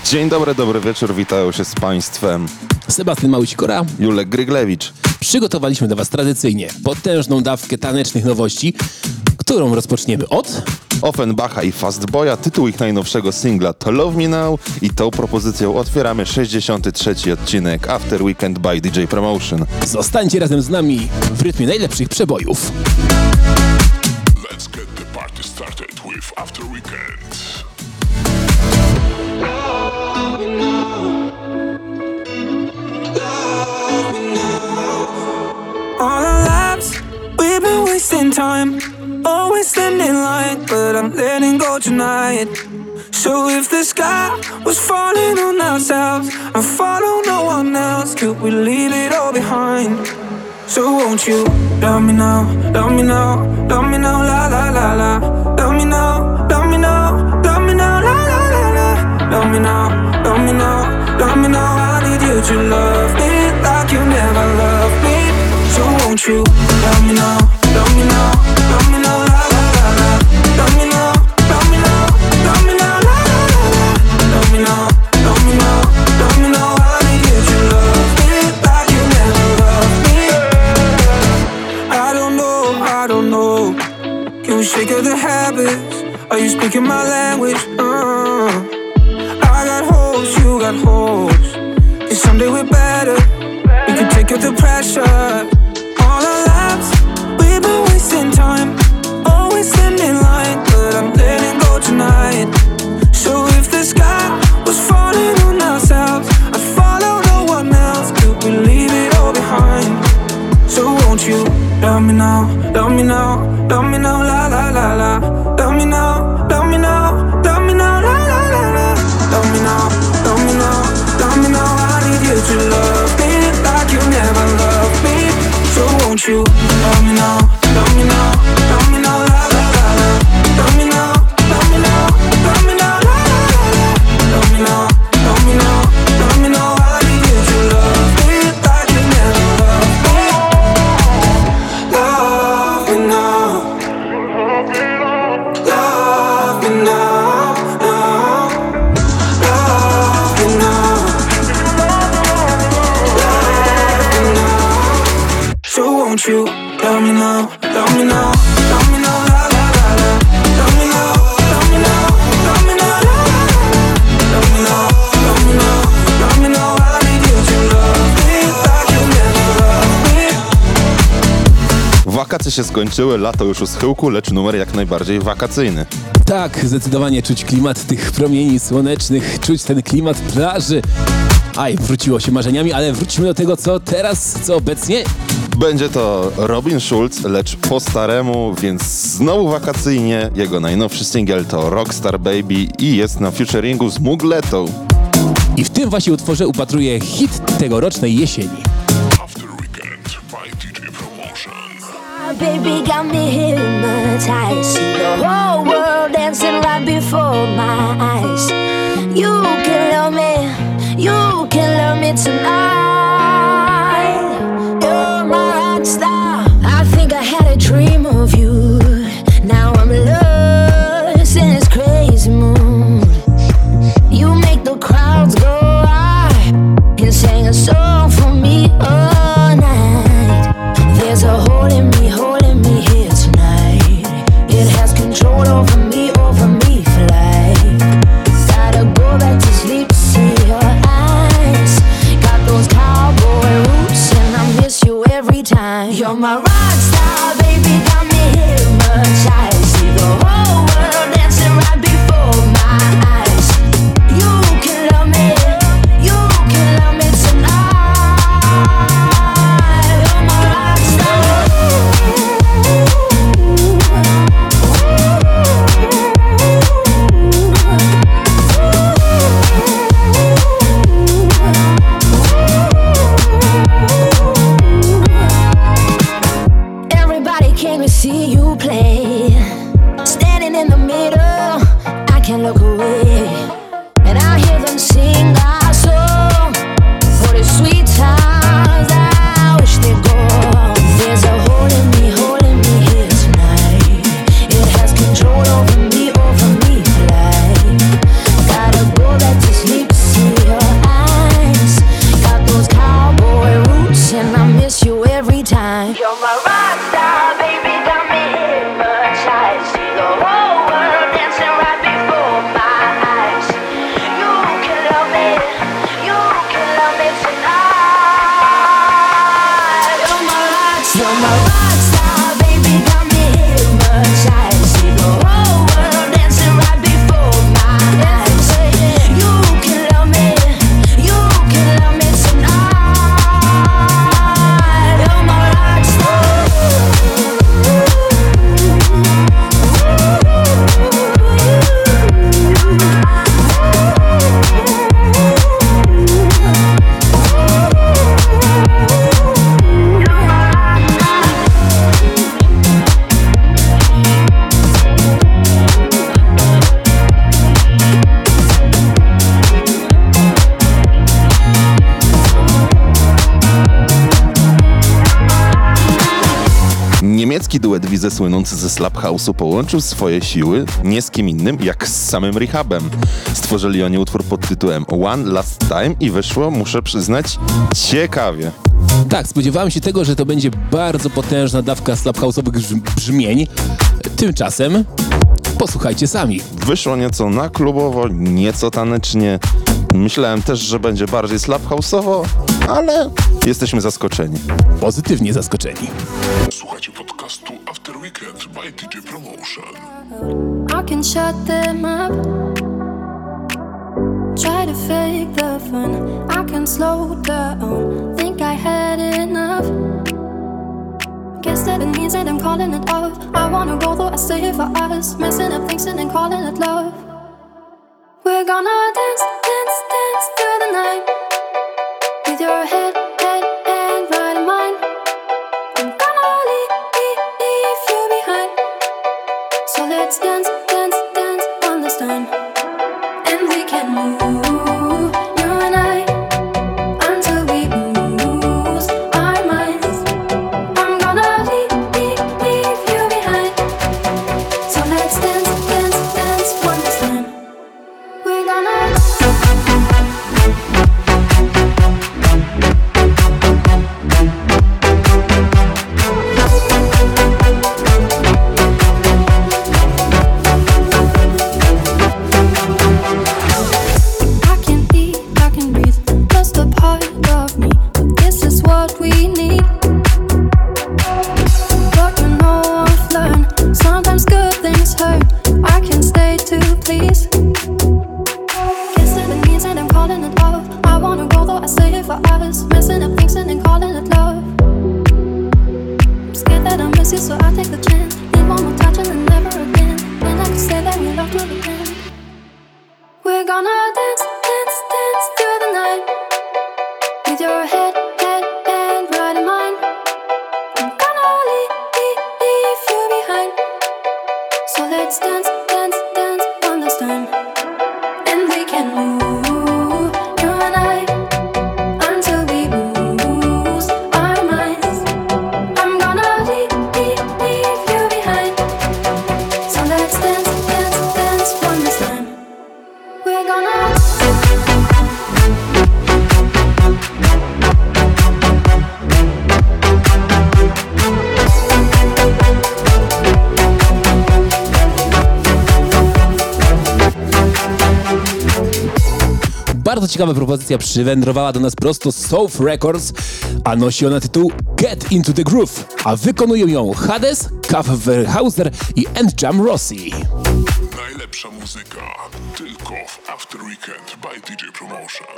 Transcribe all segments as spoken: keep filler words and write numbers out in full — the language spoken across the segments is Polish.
Dzień dobry, dobry wieczór, witają się z Państwem Sebastian Małysikora, Julek Gryglewicz. Przygotowaliśmy dla Was tradycyjnie potężną dawkę tanecznych nowości, którą rozpoczniemy od... Offenbacha i Fastboya, tytuł ich najnowszego singla to Love Me Now i tą propozycją otwieramy sześćdziesiąty trzeci odcinek After Weekend by D J Promotion. Zostańcie razem z nami w rytmie najlepszych przebojów. Let's get the party started with After Weekend. All our lives, we've been wasting time, always standing line, but I'm letting go tonight. So if the sky was falling on ourselves and follow no one else, could we leave it all behind? So won't you love me now, love me now, love me now, la la la la. Love me now, love me now, love me now, la la la la. Love me now, love me now, love me now. I need you to love me like you never loved me. So won't you love me now, love me now, love me now, la la la la. Love me now, love me now, love me now, la la la la. Love me now, love me now, love me now. I need you to love me like you never loved me. I don't know, I don't know. Can we shake of the habits? Are you speaking my language? Uh, I got hopes, you got hopes. And someday we're better. We can take out the pressure. All our lives, we've been wasting time, always standing in line, but I'm letting go tonight. So if the sky was falling on ourselves, I'd follow no one else. Could we leave it all behind? So won't you love me now, love me now, love me now, la la la la. Love me now, love me now, love me now, la la la la. Love me now, love me now, love me now. I need you to love me like you never loved me. So won't you love me now, love me now, love me now, la la la la. Love me now, love me now, love me now, la la la la. Love me now, love me now, love me now. I need you to love me like you never loved me. Love me now, love me now, now. Love me now, love me now. So won't you love me now, love me now, love me now, la la la la. Love me now, love me now, love me now, la la la la. Love me now, love me now, love me now. I need you to love me like you never loved me. Wakacje się skończyły, lato już u schyłku, lecz numer jak najbardziej wakacyjny. Tak, zdecydowanie czuć klimat tych promieni słonecznych, czuć ten klimat plaży. Aj, wróciło się marzeniami, ale wróćmy do tego, co teraz, co obecnie. Będzie to Robin Schulz, lecz po staremu, więc znowu wakacyjnie. Jego najnowszy singiel to Rockstar Baby i jest na featuringu z Mugletą. I w tym właśnie utworze upatruję hit tegorocznej jesieni. After Weekend by D J Promotion. Baby got me hypnotized. See the whole world dancing right before my eyes. You can love me, you can love me tonight. You're my rock star. I think I had a dream of you. Now I'm lost in this crazy mood. You make the crowds go wild and sing a song for me all night. There's a hole in me, hole in me here tonight. It has control over me, over me for life. Gotta go back to sleep, see your eyes. Got those Polski duet Wizy słynący ze Slap House'u połączył swoje siły nie z kim innym jak z samym Rehabem. Stworzyli oni utwór pod tytułem One Last Time i wyszło, muszę przyznać, ciekawie. Tak, spodziewałem się tego, że to będzie bardzo potężna dawka slap house'owych brzmień. Tymczasem posłuchajcie sami. Wyszło nieco na klubowo, nieco tanecznie. Myślałem też, że będzie bardziej slap house'owo, ale jesteśmy zaskoczeni. Pozytywnie zaskoczeni. Słuchajcie podcastu After Weekend by D J Promotion. I can shut them up. Try to fake the fun. I can slow down. Think I had enough. Guess that it means that I'm calling it off. I wanna go though I stay for us. Messing up things and then calling it love. We're gonna dance, dance, dance through the night. With your head, head, and right in mine. I'm gonna leave, leave, leave you behind. So let's dance, dance, dance one this time. And we can move, you and I, until we lose our minds. I'm gonna leave, leave, leave you behind. So let's dance, dance, dance one this time. We're gonna I can eat, I can breathe, just a part of me. This is what we need. But you know I've learned, sometimes good things hurt. I can stay to please. Guess that it means that I'm calling it off. I wanna go though I stay for us. Messing up things and then calling it love. I'm scared that I miss you, so I take the chance. Need one more touch and then never again. Then I can say that we love till the end. We're gonna dance, dance, dance through the night. With your head, head, and right in mine. I'm gonna leave, leave, leave you behind. So let's dance, dance, dance one this time. And we can move, you and I, until we lose our minds. I'm gonna leave, leave, leave you behind. So let's dance, dance, dance one this time. We're gonna Bardzo ciekawa propozycja przywędrowała do nas prosto z South Records, a nosi ona tytuł Get Into The Groove, a wykonują ją Hades, Kaff Verhauser i Endjam Rossi. Najlepsza muzyka tylko w After Weekend by D J Promotion.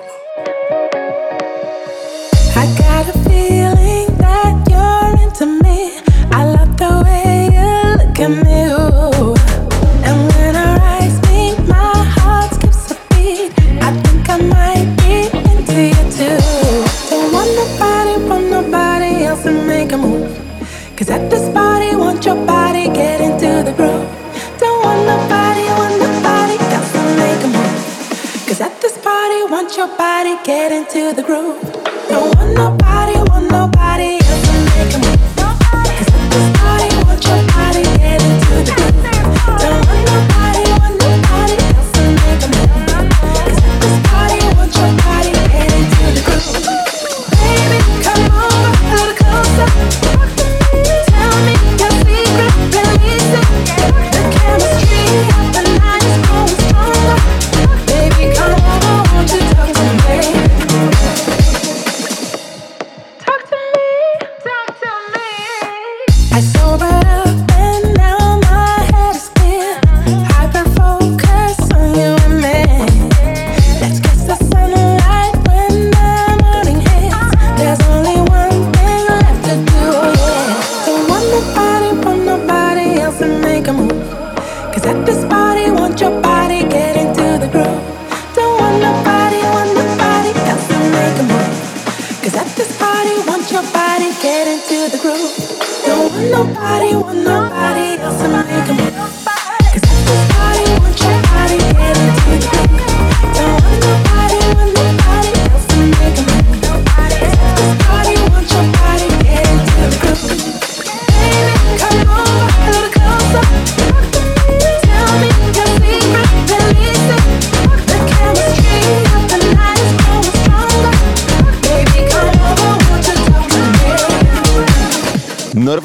I got a feeling that you're into me. I love the way you look at me. Ooh. And when our eyes meet, my heart skips a beat. I think I might be into you too. Don't want nobody, want nobody else to make a move. Cause at this party, want your body, get into the groove. Don't want nobody, want nobody else to make a move. Cause at this party, want your body, get into the groove. Don't want nobody, want nobody else to make a move. Cause at this party, want your body, get into the groove. Don't want nobody, want nobody else to make a move. Cause at this party, want your body, get into the groove. Baby, come over, a little closer. Tell me your secret, release it. The chemistry of the night is growing stronger. Baby, come over, won't you talk to me?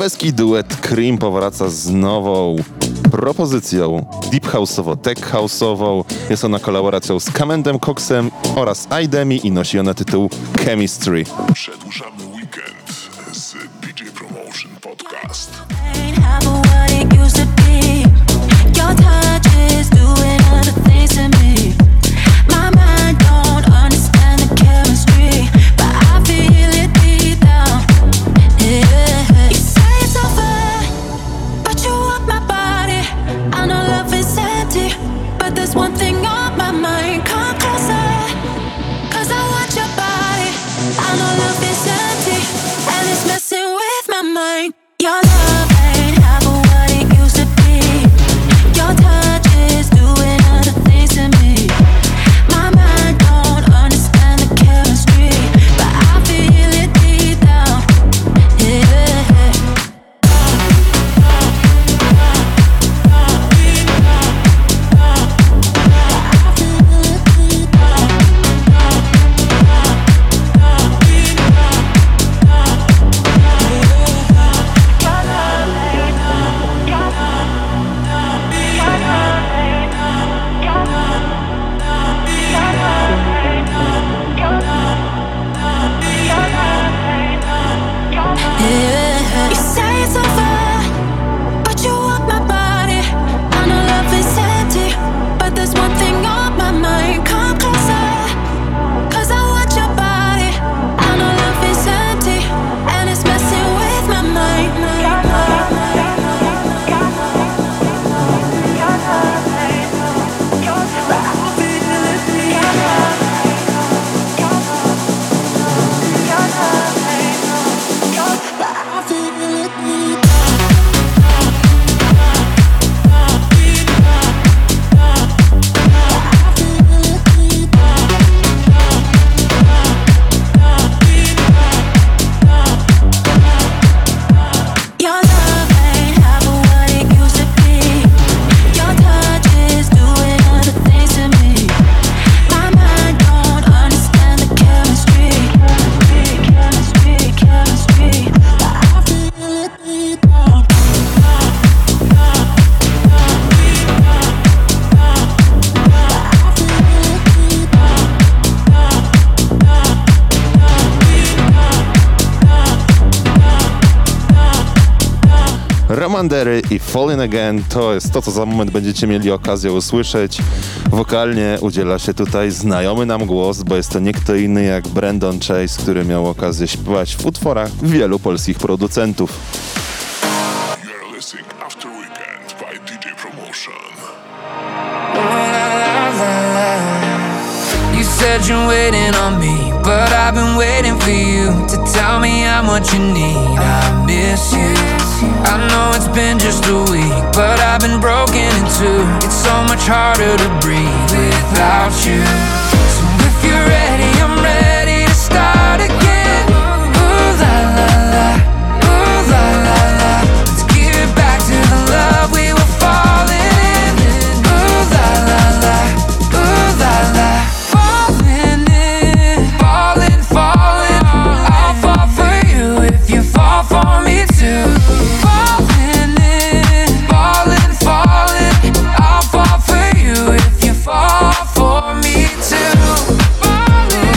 Norweski duet Cream powraca z nową propozycją deep house'owo, tech house'ową. Jest ona kolaboracją z Kamendem Coxem oraz Aidemi i nosi ona tytuł Chemistry. Przedłużamy weekend z D J Promotion Podcast. Ain't half of what it used to be. Your touch is doing other things to me. My mind don't understand the chemistry, but I feel it deep down. Yeah. You say it's over, but you want my body. I know love is empty, but there's one thing on my mind. Come closer, 'cause I want your body. I know love is empty, and it's messing with my mind. Your love ain't half of what it used to be. Your touch is doing other things to me. My mind don't understand the chemistry, but I feel it deep down. Yeah. Yeah. You say it's over, but you want my body. I know love is empty, but there's one thing on my mind. Come closer, 'cause I want your body. I know love is empty, and it's messing with my mind. Your love ain't half of what it used to be. Your touch is doing other things to me. My mind don't understand the chemistry. Chemistry, chemistry, but I feel it deep down. Romandery i Fallin' Again to jest to, co za moment będziecie mieli okazję usłyszeć. Wokalnie udziela się tutaj znajomy nam głos, bo jest to nie kto inny jak Brandon Chase, który miał okazję śpiewać w utworach wielu polskich producentów. You're listening After Weekend by D J Promotion. You said you're waiting on me, but I've been waiting for you to tell me I'm what you need. I miss you. I know it's been just a week, but I've been broken in two. It's so much harder to breathe without you. So if you're ready, I'm ready to start again. Ooh la la la, ooh la la la. Let's give it back to the love we were falling in. Ooh la la la, ooh la la. Falling in, falling, falling. I'll fall for you if you fall for me too. Falling in, falling, falling. I'll fall for you if you fall for me too. Falling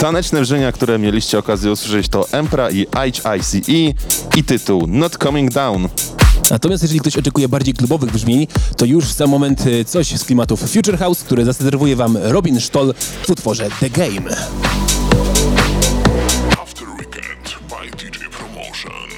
Taneczne wrzenia, które mieliście okazję usłyszeć, to Empra i H I C E i tytuł Not Coming Down. Natomiast jeżeli ktoś oczekuje bardziej klubowych brzmień, to już w sam moment y, coś z klimatów Future House, które zaserwuje wam Robin Stoll w utworze The Game. After Weekend by D J Promotion.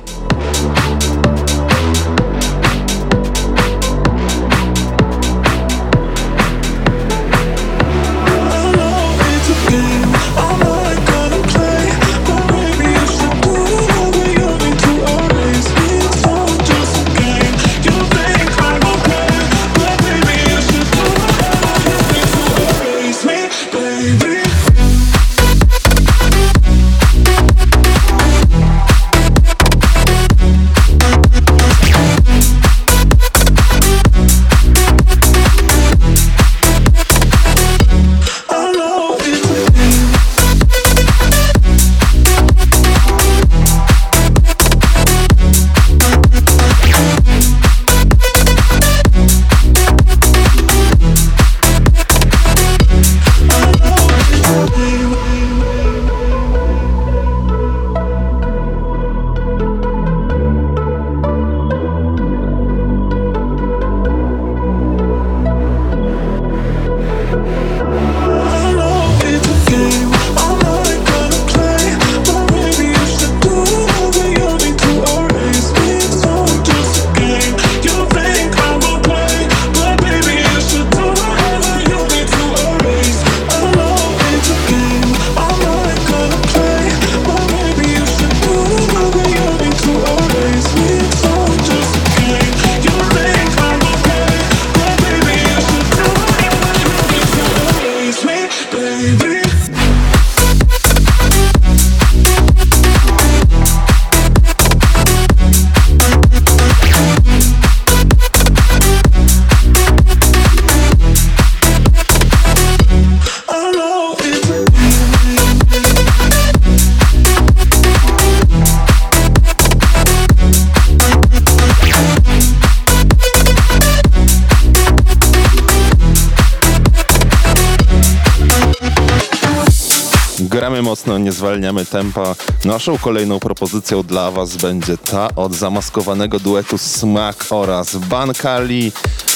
Gramy mocno, nie zwalniamy tempa. Naszą kolejną propozycją dla was będzie ta od zamaskowanego duetu Smack oraz Bankali.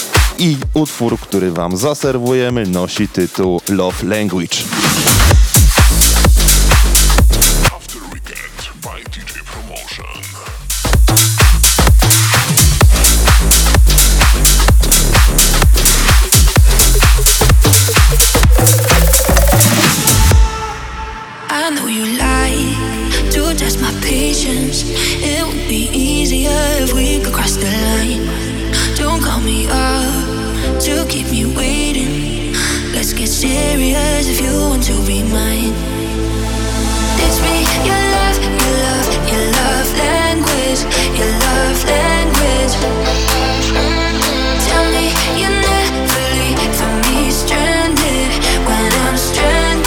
I utwór, który wam zaserwujemy, nosi tytuł Love Language. After Weekend by D J Promotion. I know you like to test my patience. It would be easier if we could cross the line. Don't call me up to keep me waiting. Let's get serious if you want to be mine. Teach me your love, your love, your love language, your love language. Tell me you never leave me stranded when I'm stranded.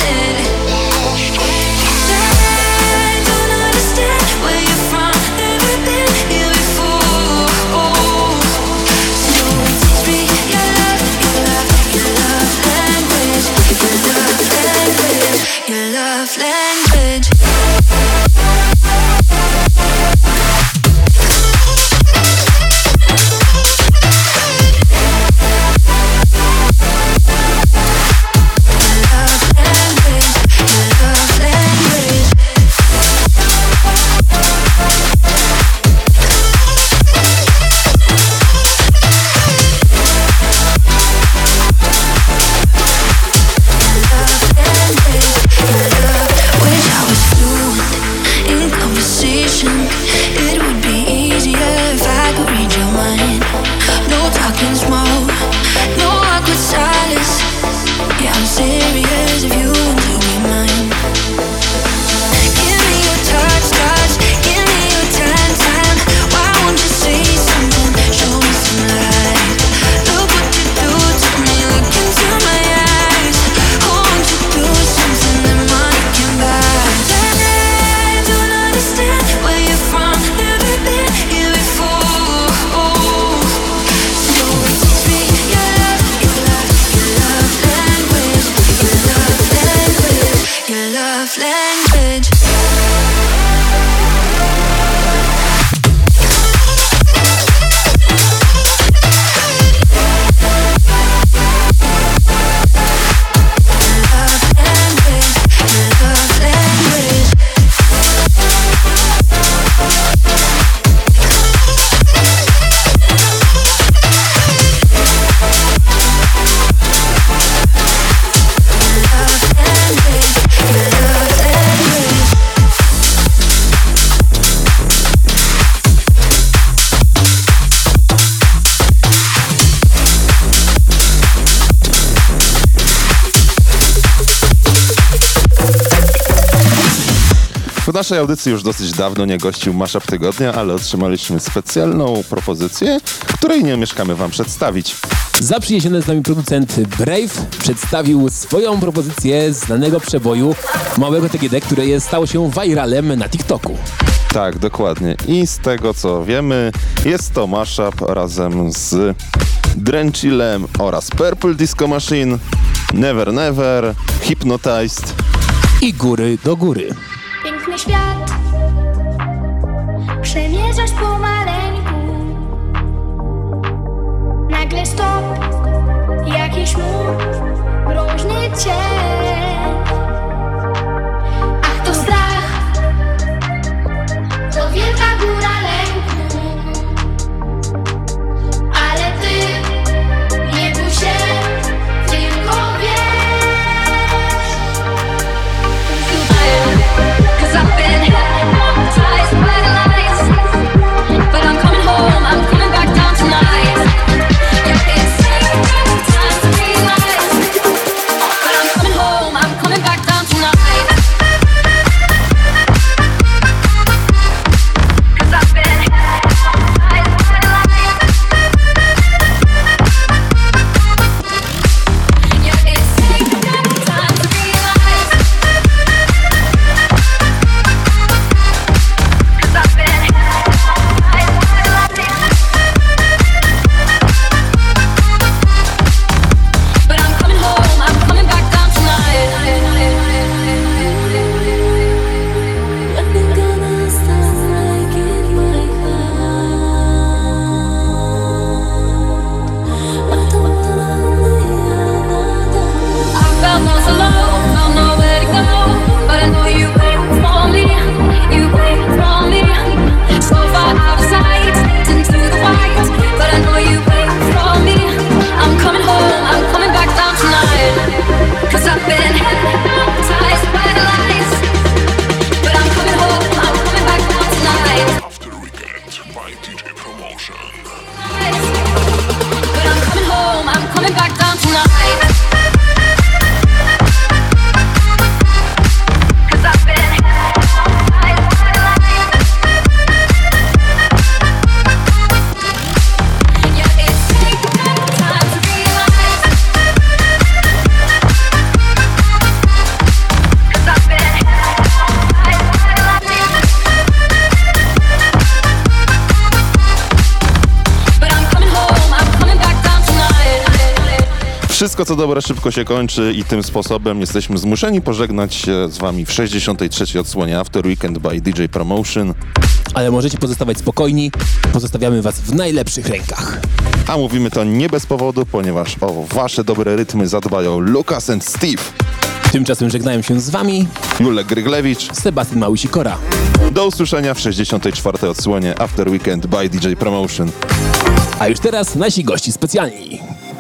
Your love language. Wish love language. W naszej audycji już dosyć dawno nie gościł Mashup Tygodnia, ale otrzymaliśmy specjalną propozycję, której nie omieszkamy wam przedstawić. Zaprzyjaźniony z nami producent Brave przedstawił swoją propozycję znanego przeboju Małego T G D, które jest, stało się viralem na TikToku. Tak, dokładnie. I z tego co wiemy, jest to mashup razem z Drenchillem oraz Purple Disco Machine, Never Never, Hypnotized i Góry do Góry. Piękny świat przemierzasz pomaleńku. Nagle stop, jakiś mur groźny cień. Ach, to strach, to wielka góra lęku. Ale ty nie bój się, tylko wiesz. Cause I've been hypnotized by the lights, but I'm coming home, I'm coming back down tonight. Yeah, it's taking time to realize, but I'm coming home, I'm coming back down tonight. Cause I've been hypnotized by the lights. Yeah, it's taking time to realize. But I'm coming home, I'm coming back down tonight. Nothing gonna stop like it, my heart. I don't wanna leave. I felt lost alone, don't know where to go, but I know you wait for me, you wait for me. So far out of sight, into the white, but I know you wait for me. I'm coming home, I'm coming back down tonight. Cause I've been hypnotized by the lights, but I'm coming home, I'm coming back down tonight. After Weekend by D J Promotion. But I'm coming home, I'm coming back down tonight. Cause I've been hypnotized by the lights. Yeah, it's taking time to realize. Cause I've been hypnotized by the lights. But I'm coming home, I'm coming back down tonight. Wszystko co dobre szybko się kończy i tym sposobem jesteśmy zmuszeni pożegnać się z wami w sześćdziesiątej trzeciej odsłonie After Weekend by D J Promotion. Ale możecie pozostawać spokojni, pozostawiamy was w najlepszych rękach. A mówimy to nie bez powodu, ponieważ o wasze dobre rytmy zadbają Lukas and Steve, Tymczasem żegnają się z wami Julek Gryglewicz. Sebastian Małysikora. Do usłyszenia w sześćdziesiątej czwartej odsłonie After Weekend by D J Promotion. A już teraz nasi gości specjalni.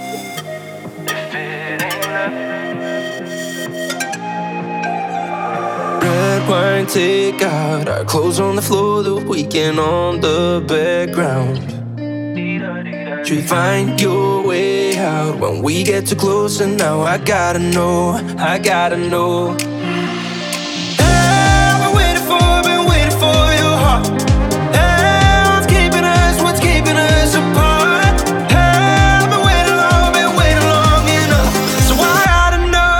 Red wine, take out our clothes on the floor, the weekend on the background. You find your way out when we get too close, and now I gotta know, I gotta know. I've been waiting for, been waiting for your heart. What's keeping us, what's keeping us apart? I've been waiting long, been waiting long enough, so I gotta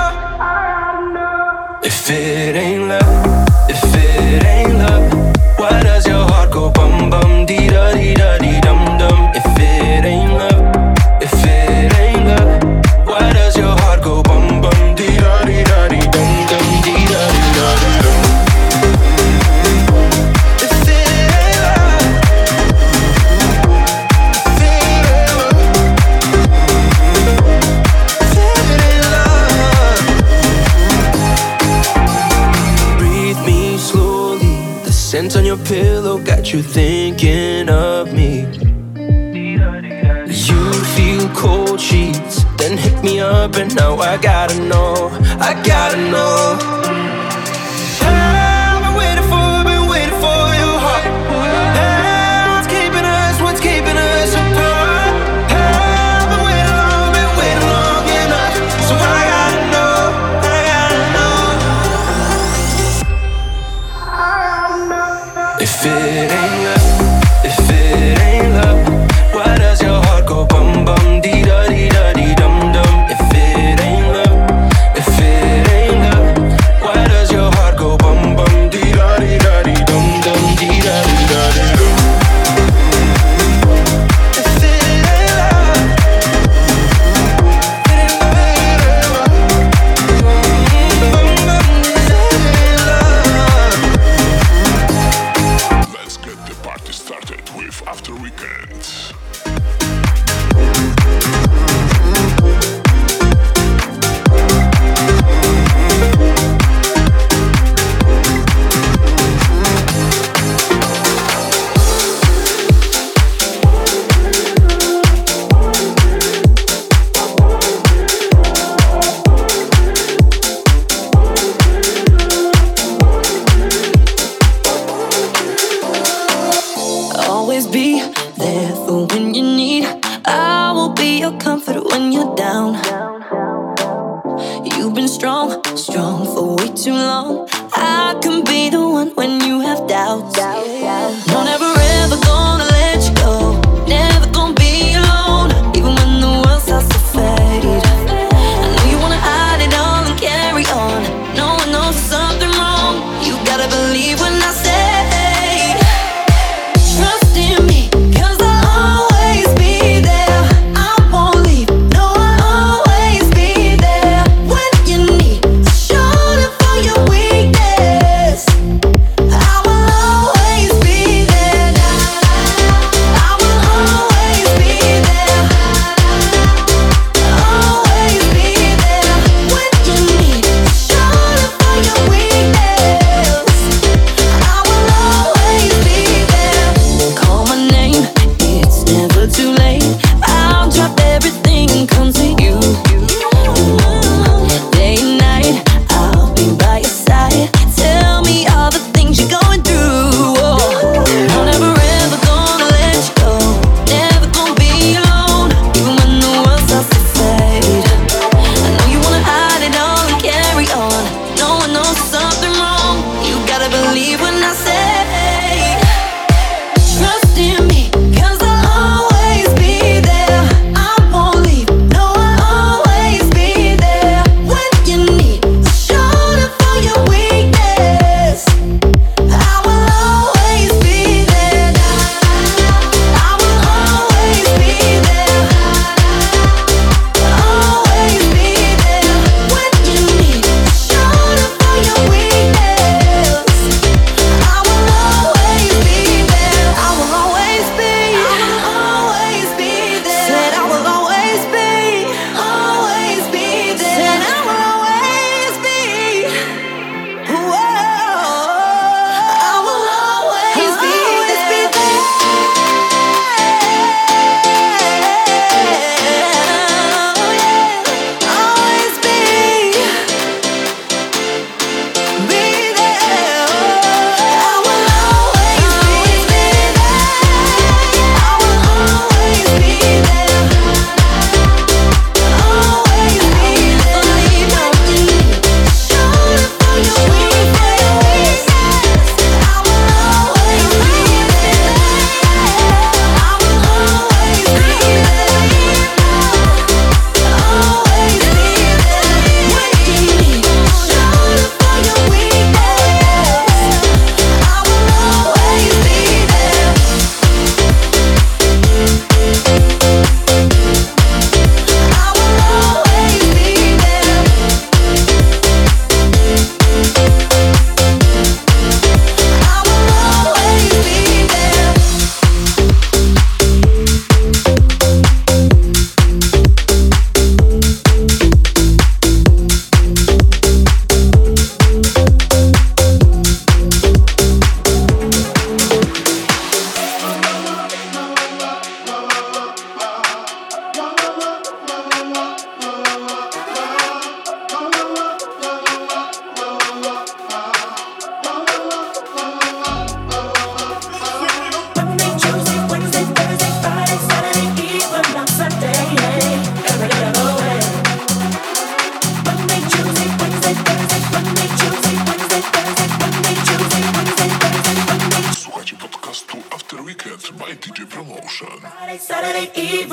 know. If it ain't love, if it ain't love, why does your heart go bum bum dee da dee da dee dum dum? If it ain't love, if it ain't love, why does your heart go bum bum dee da dee da dee dum dum? you're thinking of me. You feel cold sheets, then hit me up, and now I gotta know, I gotta know. I've been waiting for, been waiting for your heart. Hey, what's keeping us, what's keeping us apart? I've been waiting long, been waiting long enough, so I gotta know, I gotta know. If it ain't love, if it ain't love, why does your heart go bum bum dee da dee da dee dum dum? If it ain't love, if it ain't love, why does your heart go bum bum dee da dee da dee dum dum dee da dee da dee dum? If it ain't love, it ain't love, bum bum dee love. Let's get the party started with After Weekend. Always be there for when you need. I will be your comfort when you're down. You've been strong, strong for way too long. I can be the one when you have doubts. No, never ever gonna let you go. Never gonna be alone, even when the world starts to fade. I know you wanna hide it all and carry on. No one knows something wrong. You gotta believe when I say, trust in me, 'cause I'll always be there. I won't leave, no, I'll always be there when you need. Shoulder for your weakness.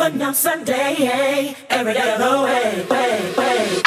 but not Sunday. Every day of the way, way, way.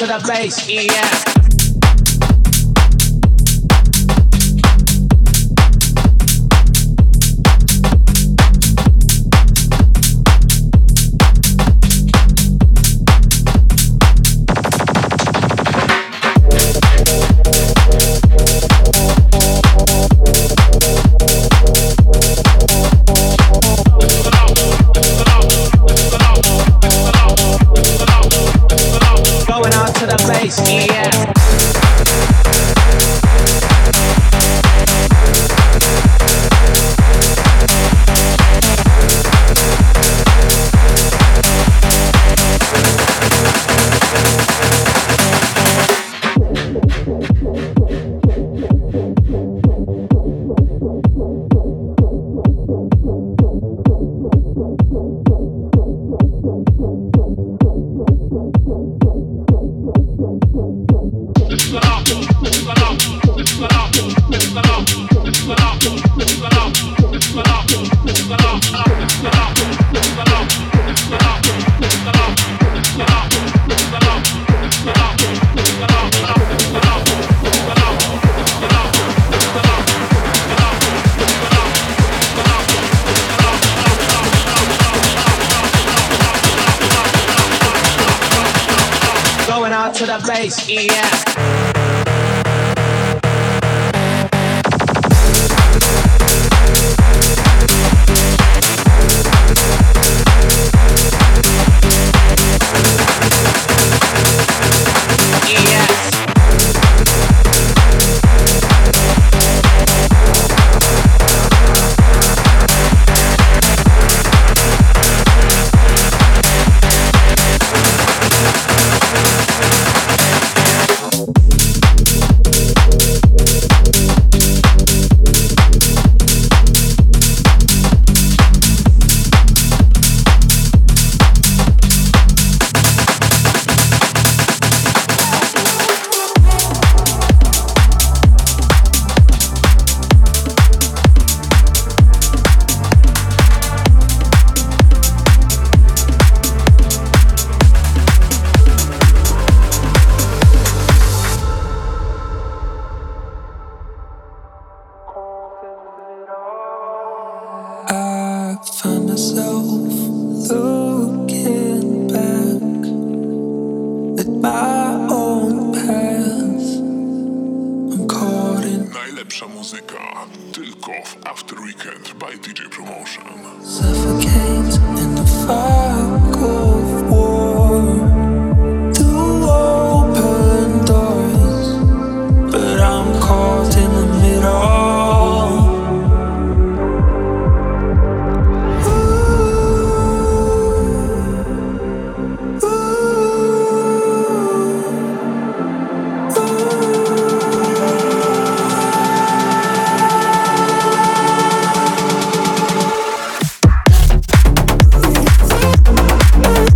to the bass, yeah. Going out to the bass, yeah. Going out to the bass, yeah. I find myself looking back at my own past. I'm caught in Najlepsza muzyka tylko w After Weekend by D J Promotion. suffocate in the fog of war. Through open doors, but I'm caught in the middle. We'll be right back.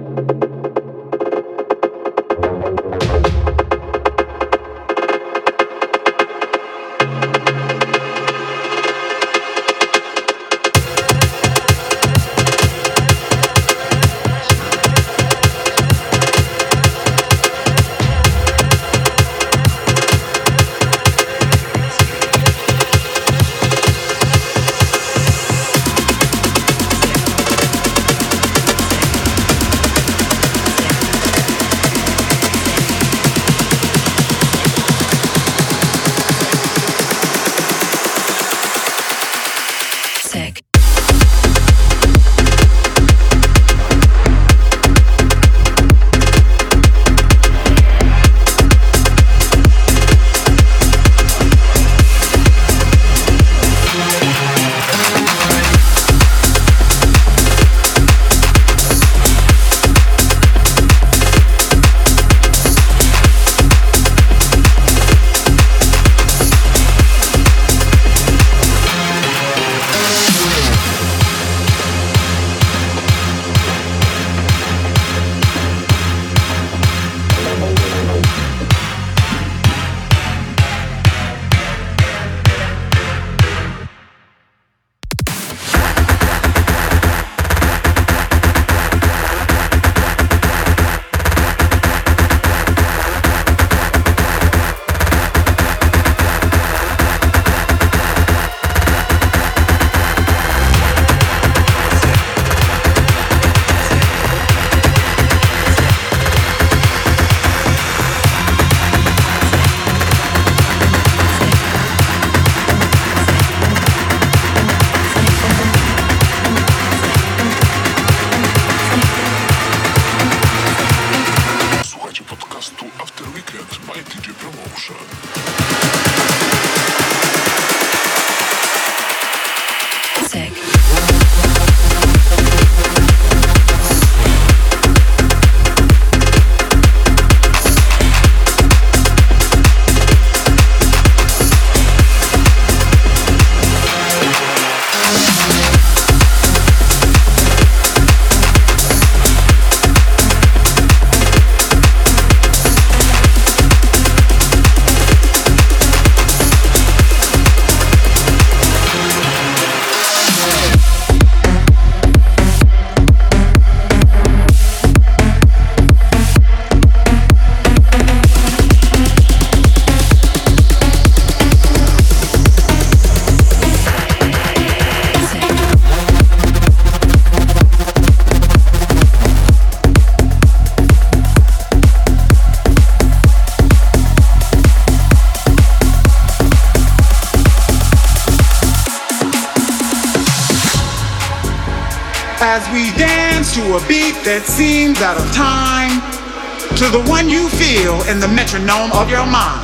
as we dance to a beat that seems out of time, to the one you feel in the metronome of your mind.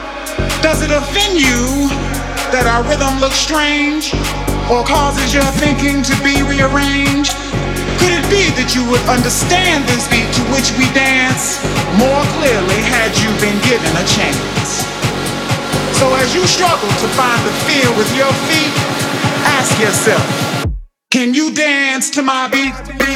Does it offend you that our rhythm looks strange, or causes your thinking to be rearranged? Could it be that you would understand this beat to which we dance more clearly had you been given a chance? So as you struggle to find the feel with your feet, ask yourself, can you dance to my beat? beat?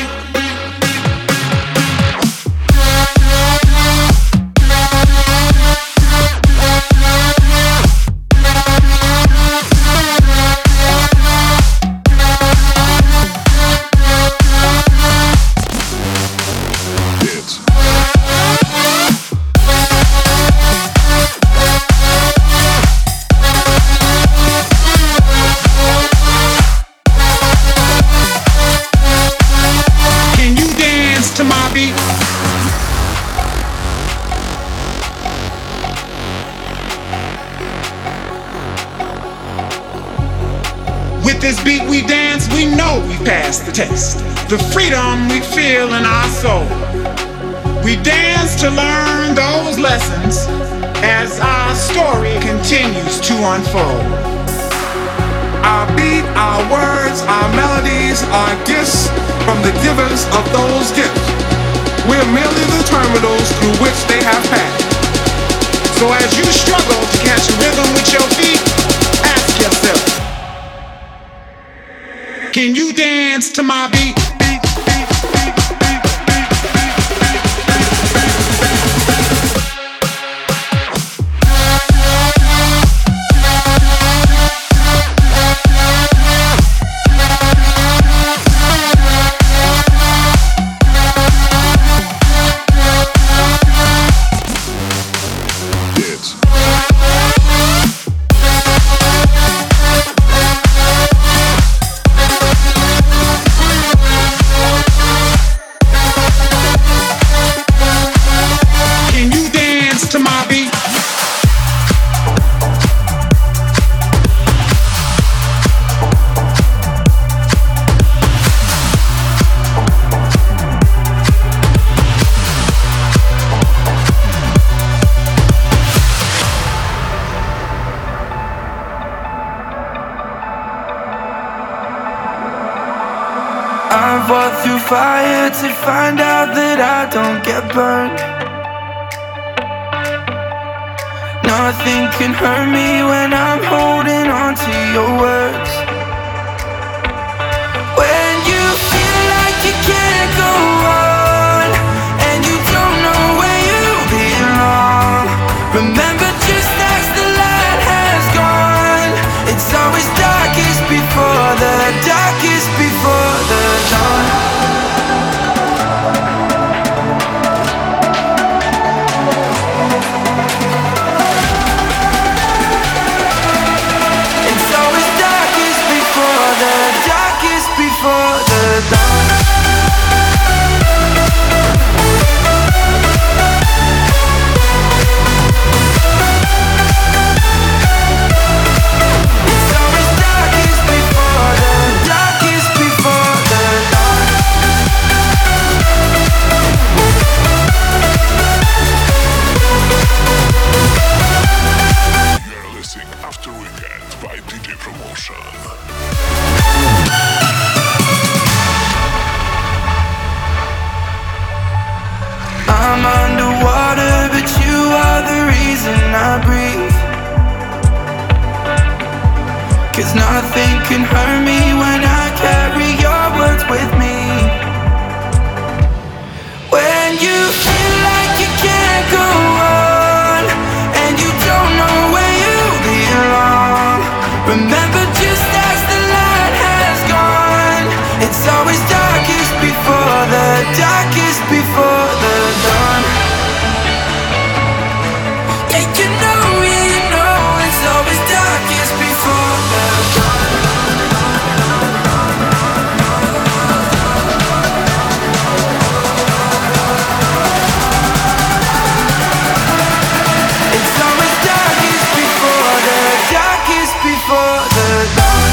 With this beat we dance, we know we passed the test. The freedom we feel in our soul. We dance to learn those lessons as our story continues to unfold. Our beat, our words, our melodies are gifts from the givers of those gifts. We're merely the terminals through which they have passed. So as you struggle to catch a rhythm with your feet, ask yourself, can you dance to my beat? beat, beat, beat, beat, beat. through fire to find out that I don't get burned. Nothing can hurt me when I'm holding on to your words. When you feel like you can't go on and you don't know where you belong, remember just as the light has gone, it's always darkest before the darkest before the dawn. Before the dawn. It's always darkest before the darkest before the dawn. You're listening After Weekend by D J Promotion. I'm underwater, but you are the reason I breathe. 'Cause nothing can hurt me when I carry your words with me. When you feel like you can't go on and you don't know where you belong, remember just as the light has gone, it's always darkest before the darkest before the dawn. Yeah, you know, yeah, you know, it's always darkest before the dawn. It's always darkest before the darkest before the dawn.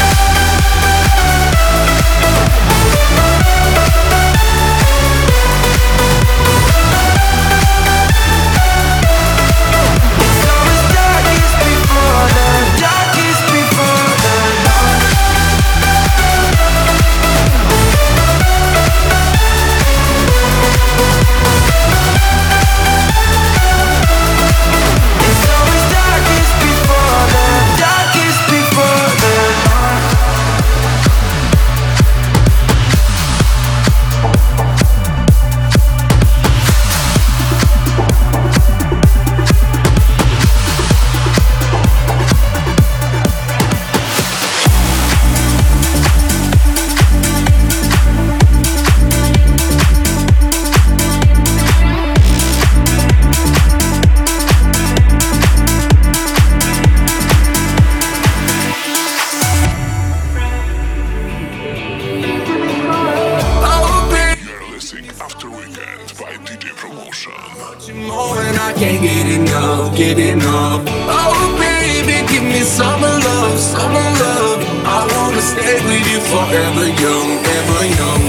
Can't get enough, get enough. Oh baby, give me some love, some love. I wanna stay with you forever young, ever young.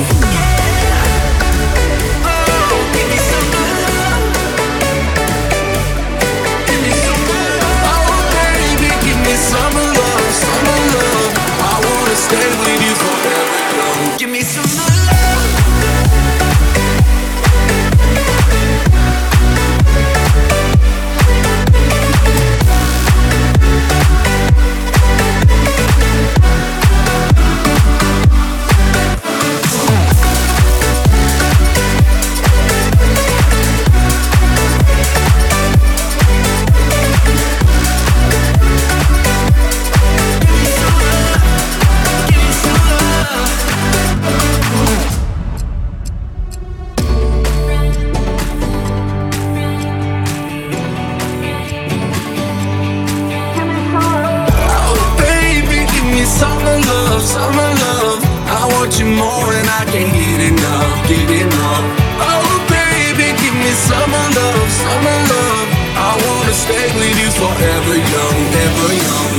Oh, give me some love. Give me some love. Oh baby, give me some love, some love. I wanna stay with you forever young. Give me some love. Summer love, I want you more and I can't get enough, get enough. Oh baby, give me summer love, summer love. I wanna stay with you forever young, ever young.